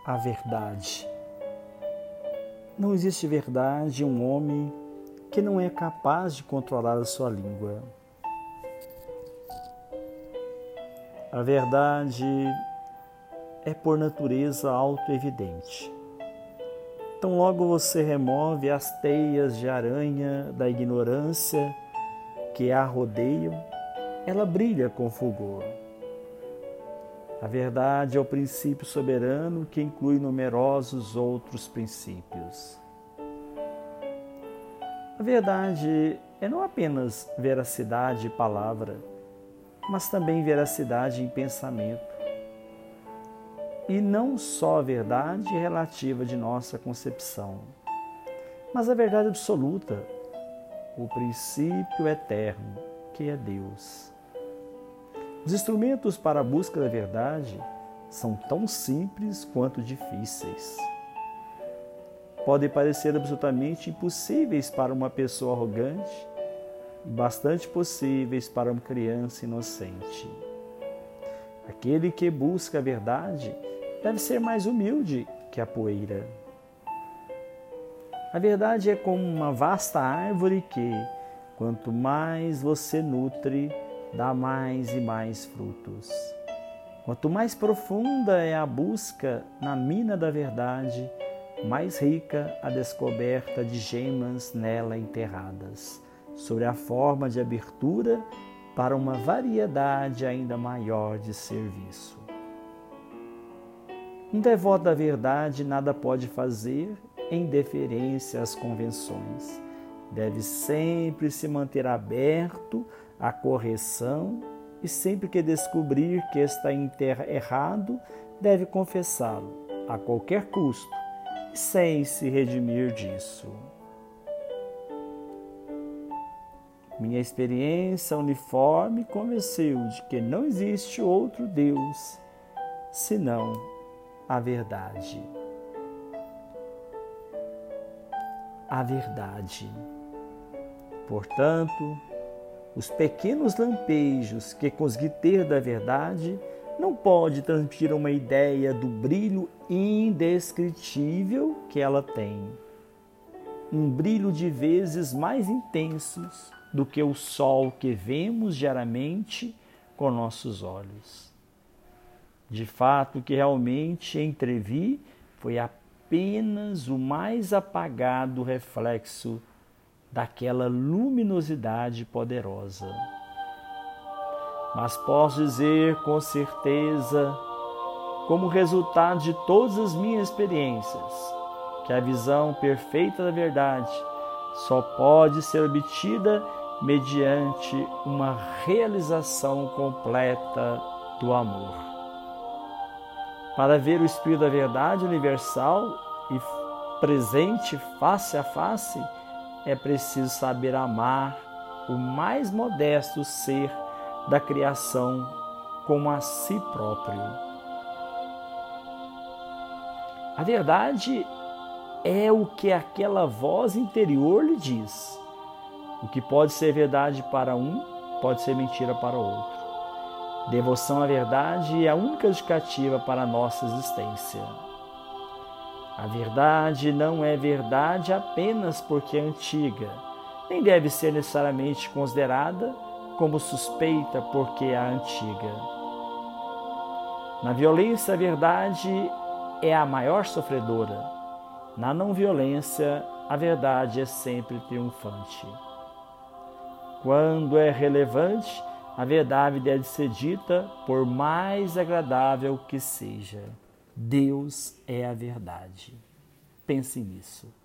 a verdade. Não existe verdade em um homem que não é capaz de controlar a sua língua. A verdade é por natureza autoevidente. Então logo você remove as teias de aranha da ignorância que a rodeiam, ela brilha com fulgor. A verdade é o princípio soberano que inclui numerosos outros princípios. A verdade é não apenas veracidade de palavra, mas também veracidade em pensamento. E não só a verdade relativa de nossa concepção, mas a verdade absoluta, o princípio eterno, que é Deus. Os instrumentos para a busca da verdade são tão simples quanto difíceis. Podem parecer absolutamente impossíveis para uma pessoa arrogante e bastante possíveis para uma criança inocente. Aquele que busca a verdade deve ser mais humilde que a poeira. A verdade é como uma vasta árvore que, quanto mais você nutre, dá mais e mais frutos. Quanto mais profunda é a busca na mina da verdade, mais rica a descoberta de gemas nela enterradas, sobre a forma de abertura para uma variedade ainda maior de serviço. Um devoto da verdade nada pode fazer em deferência às convenções. Deve sempre se manter aberto à correção e sempre que descobrir que está errado, deve confessá-lo a qualquer custo e sem se redimir disso. Minha experiência uniforme convenceu de que não existe outro Deus senão a verdade. A verdade. Portanto, os pequenos lampejos que consegui ter da verdade não pode transmitir uma ideia do brilho indescritível que ela tem. Um brilho de vezes mais intensos do que o sol que vemos diariamente com nossos olhos. De fato, o que realmente entrevi foi apenas o mais apagado reflexo daquela luminosidade poderosa. Mas posso dizer com certeza, como resultado de todas as minhas experiências, que a visão perfeita da verdade só pode ser obtida mediante uma realização completa do amor. Para ver o Espírito da verdade universal e presente face a face, é preciso saber amar o mais modesto ser da criação como a si próprio. A verdade é o que aquela voz interior lhe diz. O que pode ser verdade para um, pode ser mentira para o outro. Devoção à verdade é a única justificativa para a nossa existência. A verdade não é verdade apenas porque é antiga, nem deve ser necessariamente considerada como suspeita porque é antiga. Na violência, a verdade é a maior sofredora. Na não violência, a verdade é sempre triunfante. Quando é relevante, a verdade deve ser dita por mais agradável que seja. Deus é a verdade. Pense nisso.